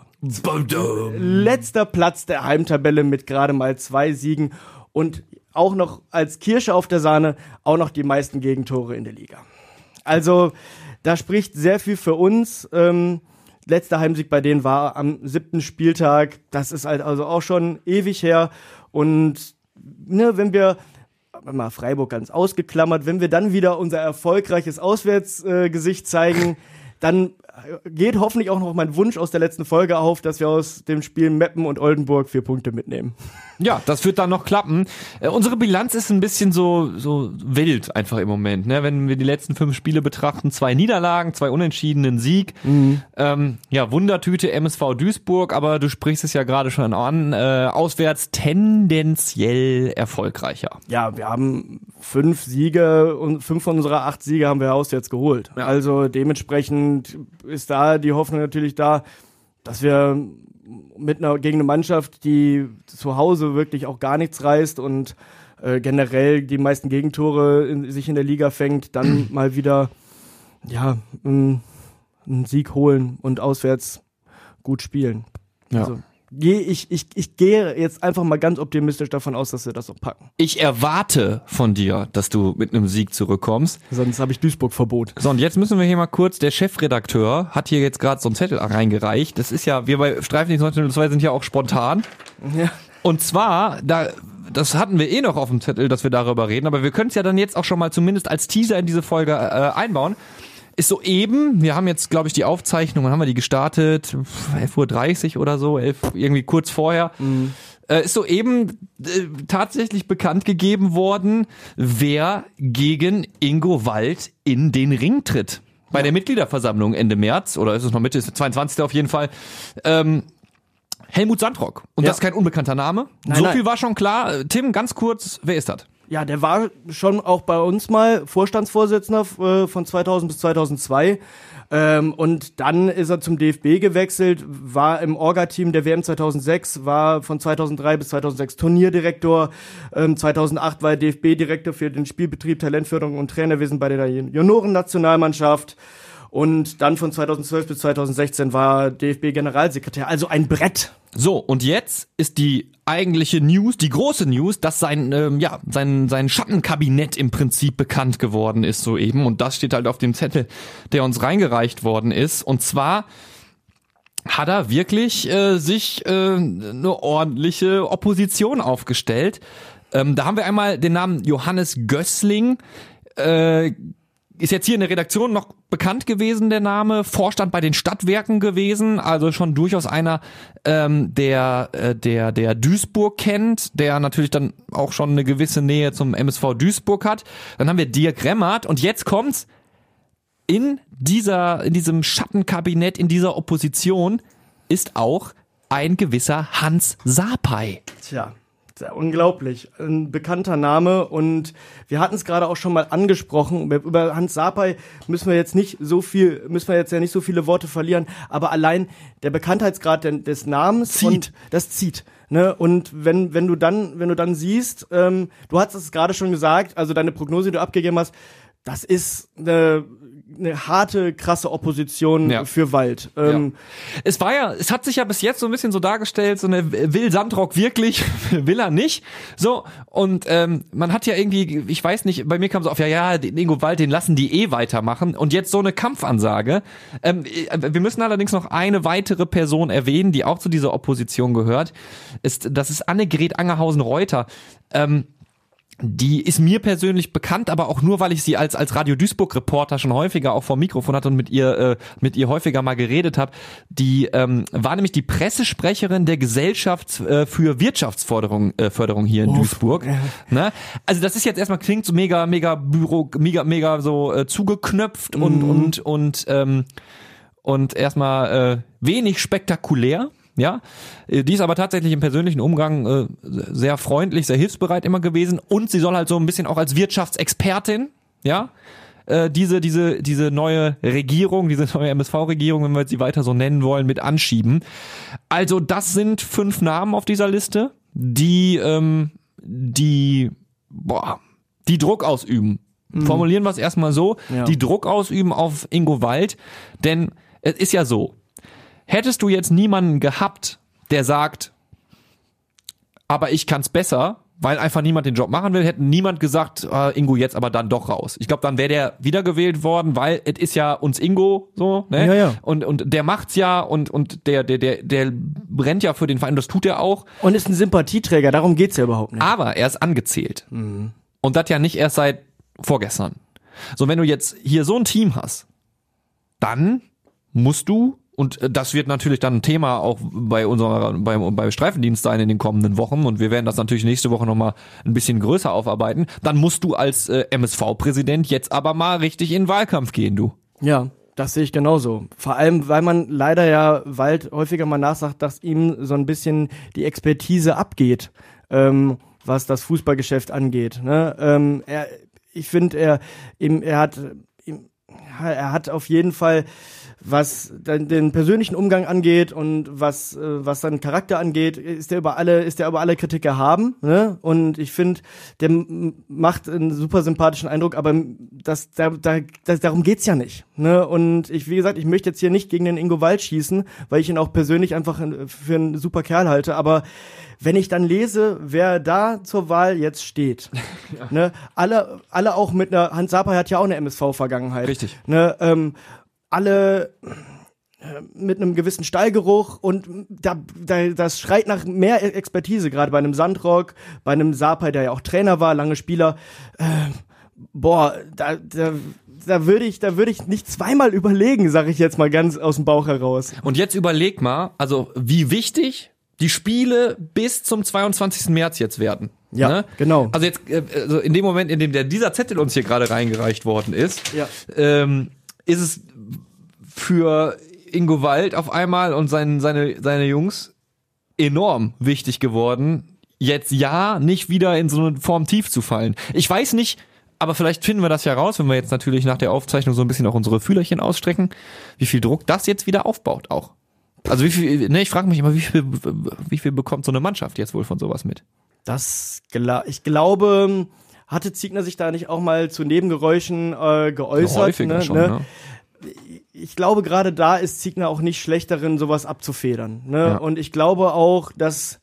Letzter Platz der Heimtabelle mit gerade mal zwei Siegen und auch noch als Kirsche auf der Sahne auch noch die meisten Gegentore in der Liga. Also da spricht sehr viel für uns. Ähm, letzter Heimsieg bei denen war am siebten Spieltag. Das ist halt also auch schon ewig her. Und ne, wenn wir mal Freiburg ganz ausgeklammert, wenn wir dann wieder unser erfolgreiches Auswärtsgesicht äh, zeigen, dann geht hoffentlich auch noch mein Wunsch aus der letzten Folge auf, dass wir aus dem Spiel Meppen und Oldenburg vier Punkte mitnehmen. Ja, das wird dann noch klappen. Äh, unsere Bilanz ist ein bisschen so so wild einfach im Moment, ne? Wenn wir die letzten fünf Spiele betrachten, zwei Niederlagen, zwei Unentschieden, einen Sieg. Mhm. Ähm, ja, Wundertüte M S V Duisburg, aber du sprichst es ja gerade schon an, äh, auswärts tendenziell erfolgreicher. Ja, wir haben fünf Siege und fünf von unserer acht Siege haben wir auswärts geholt. Ja. Also dementsprechend ist da die Hoffnung natürlich da, dass wir mit einer gegen eine Mannschaft, die zu Hause wirklich auch gar nichts reißt und äh, generell die meisten Gegentore in, sich in der Liga fängt, dann mal wieder ja einen, einen Sieg holen und auswärts gut spielen. Ja. Also, Geh, ich, ich, ich gehe jetzt einfach mal ganz optimistisch davon aus, dass wir das so packen. Ich erwarte von dir, dass du mit einem Sieg zurückkommst. Sonst habe ich Duisburg-Verbot. So, und jetzt müssen wir hier mal kurz, der Chefredakteur hat hier jetzt gerade so einen Zettel reingereicht. Das ist ja, wir bei Streifendienst neunzehnhundertzwei sind ja auch spontan. Ja. Und zwar, da, das hatten wir eh noch auf dem Zettel, dass wir darüber reden, aber wir können es ja dann jetzt auch schon mal zumindest als Teaser in diese Folge äh, einbauen. Ist soeben, wir haben jetzt, glaube ich, die Aufzeichnung, wann haben wir die gestartet? elf Uhr dreißig oder so, elf, irgendwie kurz vorher. Mhm. Äh, ist soeben äh, tatsächlich bekannt gegeben worden, wer gegen Ingo Wald in den Ring tritt. Bei ja. der Mitgliederversammlung Ende März, oder ist es noch Mitte, ist der zweiundzwanzigste auf jeden Fall. Ähm, Helmut Sandrock. Und ja. das ist kein unbekannter Name. Nein, so nein. viel war schon klar. Tim, ganz kurz, wer ist das? Ja, der war schon auch bei uns mal Vorstandsvorsitzender äh, von zweitausend bis zweitausendzwei. Ähm, und dann ist er zum D F B gewechselt, war im Orga-Team der W M zweitausendsechs, war von zweitausenddrei bis zweitausendsechs Turnierdirektor. Ähm, zweitausendacht war er D F B-Direktor für den Spielbetrieb, Talentförderung und Trainerwesen bei der Junioren-Nationalmannschaft. Und dann von zweitausendzwölf bis zweitausendsechzehn war D F B-Generalsekretär. Also ein Brett. So, und jetzt ist die eigentliche News, die große News, dass sein, ähm, ja, sein, sein Schattenkabinett im Prinzip bekannt geworden ist soeben. Und das steht halt auf dem Zettel, der uns reingereicht worden ist. Und zwar hat er wirklich äh, sich äh, eine ordentliche Opposition aufgestellt. Ähm, da haben wir einmal den Namen Johannes Gößling, äh, ist jetzt hier in der Redaktion noch bekannt gewesen, der Name, Vorstand bei den Stadtwerken gewesen, also schon durchaus einer, ähm, der, äh, der, der Duisburg kennt, der natürlich dann auch schon eine gewisse Nähe zum M S V Duisburg hat. Dann haben wir Dirk Remmert und jetzt kommt's, in dieser, in diesem Schattenkabinett, in dieser Opposition ist auch ein gewisser Hans Sapai. Tja. Sehr unglaublich. Ein bekannter Name und wir hatten es gerade auch schon mal angesprochen. Über Hans Sapai müssen wir jetzt nicht so viel, müssen wir jetzt ja nicht so viele Worte verlieren, aber allein der Bekanntheitsgrad des Namens zieht. Und das zieht. Ne? Und wenn, wenn du dann, wenn du dann siehst, ähm, du hast es gerade schon gesagt, also deine Prognose, die du abgegeben hast, das ist eine, eine harte, krasse Opposition ja. für Wald. Ähm, ja. Es war ja, es hat sich ja bis jetzt so ein bisschen so dargestellt, so eine will Sandrock wirklich, will er nicht. So, und ähm, man hat ja irgendwie, ich weiß nicht, bei mir kam so auf, ja, ja, den Ingo Wald, den lassen die eh weitermachen. Und jetzt so eine Kampfansage. Ähm, wir müssen allerdings noch eine weitere Person erwähnen, die auch zu dieser Opposition gehört. Ist, das ist Annegret Angerhausen-Reuter. Ähm, Die ist mir persönlich bekannt, aber auch nur, weil ich sie als als Radio Duisburg Reporter schon häufiger auch vor Mikrofon hatte und mit ihr äh, mit ihr häufiger mal geredet habe. Die ähm, war nämlich die Pressesprecherin der Gesellschaft äh, für Wirtschaftsförderung äh, Förderung hier in Uff, Duisburg. Ja. Ne? Also das ist jetzt erstmal klingt so mega mega Büro mega mega so äh, zugeknöpft und mhm. und und ähm, und erstmal äh, wenig spektakulär. Ja, die ist aber tatsächlich im persönlichen Umgang äh, sehr freundlich, sehr hilfsbereit immer gewesen und sie soll halt so ein bisschen auch als Wirtschaftsexpertin, ja, äh, diese diese diese neue Regierung, diese neue M S V-Regierung, wenn wir sie weiter so nennen wollen, mit anschieben. Also das sind fünf Namen auf dieser Liste, die ähm, die boah, die Druck ausüben. Mhm. Formulieren wir es erstmal so, ja. die Druck ausüben auf Ingo Wald, denn es ist ja so. Hättest du jetzt niemanden gehabt, der sagt, aber ich kann's besser, weil einfach niemand den Job machen will, hätte niemand gesagt, äh, Ingo jetzt aber dann doch raus. Ich glaube, dann wäre der wiedergewählt worden, weil es ist ja uns Ingo so, ne? Ja, ja. Und und der macht's ja und und der der der der brennt ja für den Verein, das tut er auch. Und ist ein Sympathieträger, darum geht's ja überhaupt nicht. Aber er ist angezählt. Mhm. Und das ja nicht erst seit vorgestern. So, wenn du jetzt hier so ein Team hast, dann musst du, und das wird natürlich dann ein Thema auch bei unserer, bei, bei Streifendienst sein in den kommenden Wochen, und wir werden das natürlich nächste Woche nochmal ein bisschen größer aufarbeiten, dann musst du als äh, M S V-Präsident jetzt aber mal richtig in den Wahlkampf gehen, du. Ja, das sehe ich genauso. Vor allem, weil man leider ja Wald häufiger mal nachsagt, dass ihm so ein bisschen die Expertise abgeht, ähm, was das Fußballgeschäft angeht. Ne? Ähm, er, ich finde, er, ihm, er hat, ihm, er hat auf jeden Fall, was den, den persönlichen Umgang angeht und was äh, was seinen Charakter angeht, ist er über alle ist er über alle Kritik erhaben, ne? Und ich finde, der m- macht einen super sympathischen Eindruck, aber das da, da das, darum geht's ja nicht, ne? Und ich wie gesagt, ich möchte jetzt hier nicht gegen den Ingo Wald schießen, weil ich ihn auch persönlich einfach für einen super Kerl halte, aber wenn ich dann lese, wer da zur Wahl jetzt steht, ja. ne? Alle alle auch mit einer, Hans Sapai hat ja auch eine M S V-Vergangenheit, Richtig. ne? Ähm, alle äh, mit einem gewissen Stallgeruch, und da, da, das schreit nach mehr Expertise, gerade bei einem Sandrock, bei einem Sapai, der ja auch Trainer war, lange Spieler. Äh, boah, da, da, da würde ich, da würde ich nicht zweimal überlegen, sage ich jetzt mal ganz aus dem Bauch heraus. Und jetzt überleg mal, also wie wichtig die Spiele bis zum zweiundzwanzigsten März jetzt werden. Ja, ne? Genau. Also jetzt, äh, also in dem Moment, in dem der, dieser Zettel uns hier gerade reingereicht worden ist, ja. ähm, ist es für Ingo Wald auf einmal und sein, seine, seine Jungs enorm wichtig geworden, jetzt ja nicht wieder in so eine Form tief zu fallen. Ich weiß nicht, aber vielleicht finden wir das ja raus, wenn wir jetzt natürlich nach der Aufzeichnung so ein bisschen auch unsere Fühlerchen ausstrecken, wie viel Druck das jetzt wieder aufbaut auch. Also wie viel, ne, ich frage mich immer, wie viel, wie viel bekommt so eine Mannschaft jetzt wohl von sowas mit? Das, ich glaube, hatte Ziegner sich da nicht auch mal zu Nebengeräuschen äh, geäußert? Häufiger ne, schon, ne? ne? Ich glaube, gerade da ist Ziegner auch nicht schlecht darin, sowas abzufedern. Ne? Ja. Und ich glaube auch, dass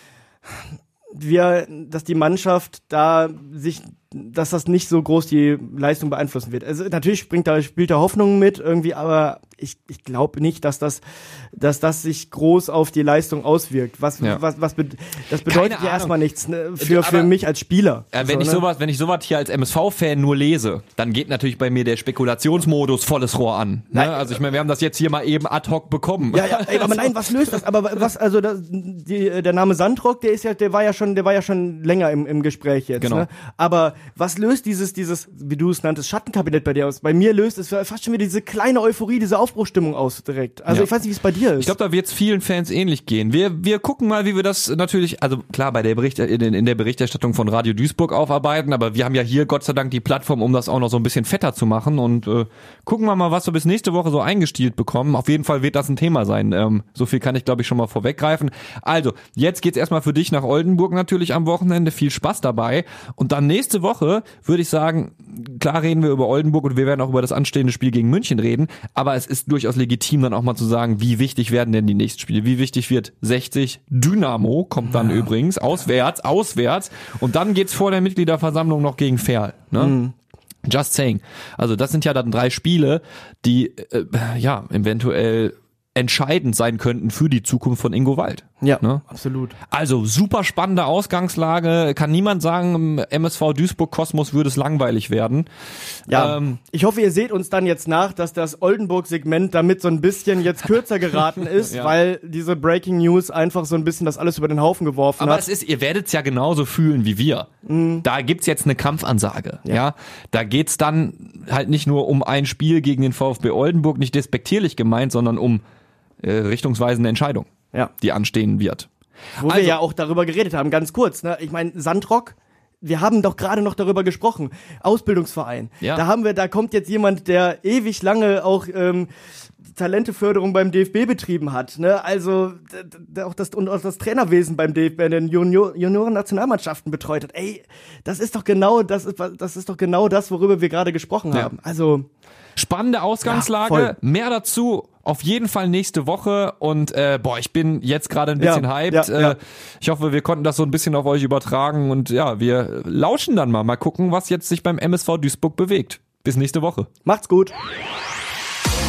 wir, dass die Mannschaft da sich, dass das nicht so groß die Leistung beeinflussen wird. Also natürlich springt da, spielt da Hoffnung mit irgendwie, aber ich, ich glaube nicht, dass das, dass das sich groß auf die Leistung auswirkt. Was, Ja. was, was, be- das bedeutet Keine ja erstmal Ahnung. nichts, ne? für, für Aber- mich als Spieler. Äh, wenn So, ich ne? sowas, wenn ich sowas hier als M S V-Fan nur lese, dann geht natürlich bei mir der Spekulationsmodus volles Rohr an. Ne? Nein. Also ich meine, wir haben das jetzt hier mal eben ad hoc bekommen. Ja, ja, ey, aber nein, was löst das? Aber was, also das, die, der Name Sandrock, der ist ja, der war ja schon, der war ja schon länger im, im Gespräch jetzt. Genau. Ne? Aber was löst dieses, dieses, wie du es nanntest, Schattenkabinett bei dir aus? Bei mir löst es fast schon wieder diese kleine Euphorie, diese Aufbruchstimmung aus direkt. Also Ja. ich weiß nicht, wie es bei dir ist. Ich glaube, da wird es vielen Fans ähnlich gehen. Wir wir gucken mal, wie wir das natürlich, also klar, bei der Bericht, in, in der Berichterstattung von Radio Duisburg aufarbeiten, aber wir haben ja hier Gott sei Dank die Plattform, um das auch noch so ein bisschen fetter zu machen, und äh, gucken wir mal, was wir bis nächste Woche so eingestielt bekommen. Auf jeden Fall wird das ein Thema sein. Ähm, so viel kann ich, glaube ich, schon mal vorweggreifen. Also, jetzt geht's erstmal für dich nach Oldenburg natürlich am Wochenende. Viel Spaß dabei. Und dann nächste Woche würde ich sagen, klar reden wir über Oldenburg und wir werden auch über das anstehende Spiel gegen München reden, aber es ist durchaus legitim, dann auch mal zu sagen, wie wichtig werden denn die nächsten Spiele? Wie wichtig wird sechzig? Dynamo kommt dann ja. übrigens, auswärts, auswärts, und dann geht's vor der Mitgliederversammlung noch gegen Ferl, ne? Mhm. Just saying. Also das sind ja dann drei Spiele, die äh, ja eventuell entscheidend sein könnten für die Zukunft von Ingo Wald. Ja, ne? Absolut. Also super spannende Ausgangslage. Kann niemand sagen, im M S V Duisburg-Kosmos würde es langweilig werden. Ja, ähm, ich hoffe, ihr seht uns dann jetzt nach, dass das Oldenburg-Segment damit so ein bisschen jetzt kürzer geraten ist, Ja. weil diese Breaking News einfach so ein bisschen das alles über den Haufen geworfen aber hat. es ist, ihr werdet es ja genauso fühlen wie wir. Mhm. Da gibt's jetzt eine Kampfansage. Ja. ja, da geht's dann halt nicht nur um ein Spiel gegen den VfB Oldenburg, nicht despektierlich gemeint, sondern um äh, richtungsweisende Entscheidung, ja. die anstehen wird. Wo also, wir ja auch darüber geredet haben, ganz kurz. Ne? Ich meine, Sandrock, wir haben doch gerade noch darüber gesprochen. Ausbildungsverein. Ja. Da haben wir, da kommt jetzt jemand, der ewig lange auch ähm, Talenteförderung beim D F B betrieben hat. Ne? Also d- d- auch das und auch das Trainerwesen beim D F B, bei den Junior, Junioren-Nationalmannschaften betreut hat. Ey, das ist doch genau das, ist, das ist doch genau das, worüber wir gerade gesprochen Ja. haben. Also spannende Ausgangslage. Ja, Mehr dazu auf jeden Fall nächste Woche. Und äh, boah, ich bin jetzt gerade ein bisschen Ja, hyped. ja, ja. Äh, ich hoffe, wir konnten das so ein bisschen auf euch übertragen. Und ja, wir lauschen dann mal. Mal gucken, was jetzt sich beim M S V Duisburg bewegt. Bis nächste Woche. macht's gut.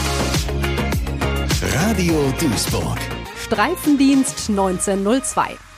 Radio Duisburg. Streifendienst neunzehnhundertzei.